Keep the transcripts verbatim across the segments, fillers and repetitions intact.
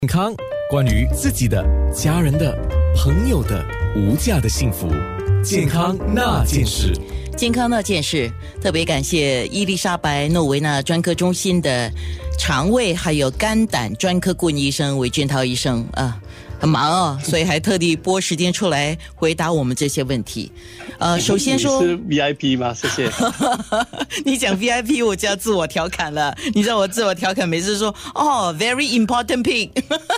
健康，关于自己的、家人的、朋友的无价的幸福，健康那件事。 健康那件事，特别感谢伊丽莎白诺维纳专科中心的肠胃还有肝胆专科顾问医生韦俊涛医生啊。很忙哦，所以还特地拨时间出来回答我们这些问题。呃，首先说你是 V I P 吗？谢谢。 你讲 V I P 我就要自我调侃了。你知道我自我调侃每次说哦 very important pig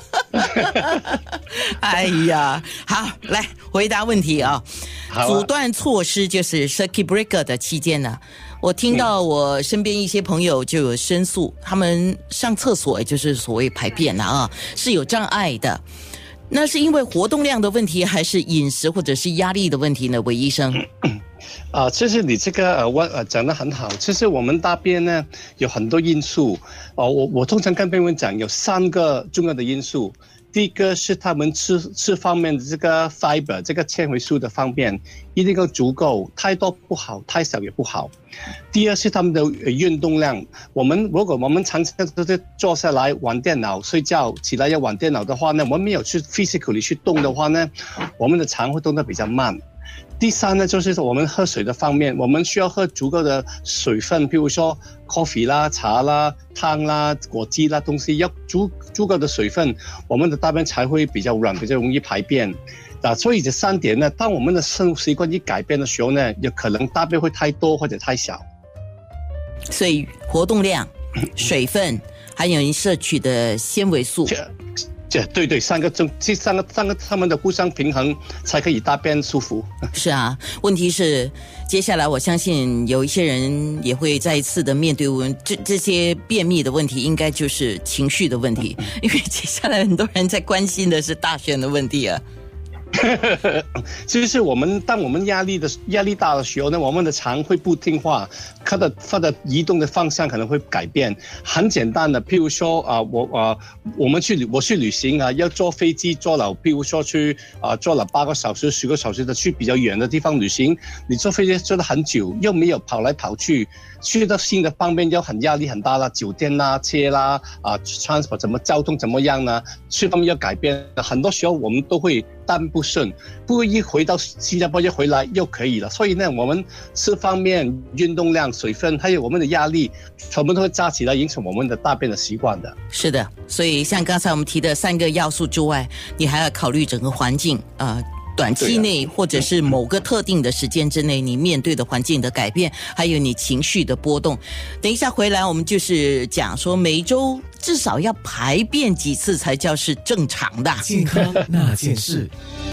哎呀，好，来回答问题啊。啊阻断措施就是 circuit breaker 的期间呢，我听到我身边一些朋友就有申诉，他们上厕所也就是所谓排便啊是有障碍的。那是因为活动量的问题，还是饮食或者是压力的问题呢？韦医生， 啊、呃，其实你这个呃问呃讲得很好。其实我们大便呢有很多因素，哦、呃，我我通常跟病人讲有三个重要的因素。第一个是他们吃吃方面的这个 fiber 这个纤维素的方面一定要足够，太多不好，太少也不好。第二是他们的运动量，我们如果我们常常都是坐下来玩电脑睡觉，起来要玩电脑的话呢，我们没有去 physically 去动的话呢，我们的肠会动得比较慢。第三呢，就是我们喝水的方面，我们需要喝足够的水分，譬如说 coffee 啦、茶啦、汤啦、果汁啦，东西要足足够的水分，我们的大便才会比较软，比较容易排便。啊，所以这三点呢，当我们的生活习惯一改变的时候呢，有可能大便会太多或者太少。 所以活动量、水分，还有你摄取的纤维素。 这对对，三个正，这三个三个他们的互相平衡，才可以大便舒服。 是啊，问题是接下来我相信有一些人也会再一次的面对我们这这些便秘的问题，应该就是情绪的问题，因为接下来很多人在关心的是大选的问题啊。 其实我们当我们压力的压力大的时候呢，我们的肠会不听话，它的它的移动的方向可能会改变。很简单的，譬如说啊、呃，我啊、呃，我们去我去旅行啊，要坐飞机坐了，譬如说去啊、呃、坐了八个小时、十个小时的去比较远的地方旅行，你坐飞机坐了很久，又没有跑来跑去，去到新的方面又很压力很大啦，酒店啦、车啦啊 transport 怎么交通怎么样呢？去方面要改变，很多时候我们都会大便不顺，不过一回到新加坡一回来又可以了。所以呢，我们吃方面、运动量、水分，还有我们的压力，全部都会加起来影响我们的大便的习惯的。 是的，所以像刚才我们提的三个要素之外，你还要考虑整个环境啊。呃短期内或者是某个特定的时间之内，你面对的环境的改变，还有你情绪的波动。等一下回来，我们就是讲说每周至少要排便几次才叫是正常的。 健康那件事。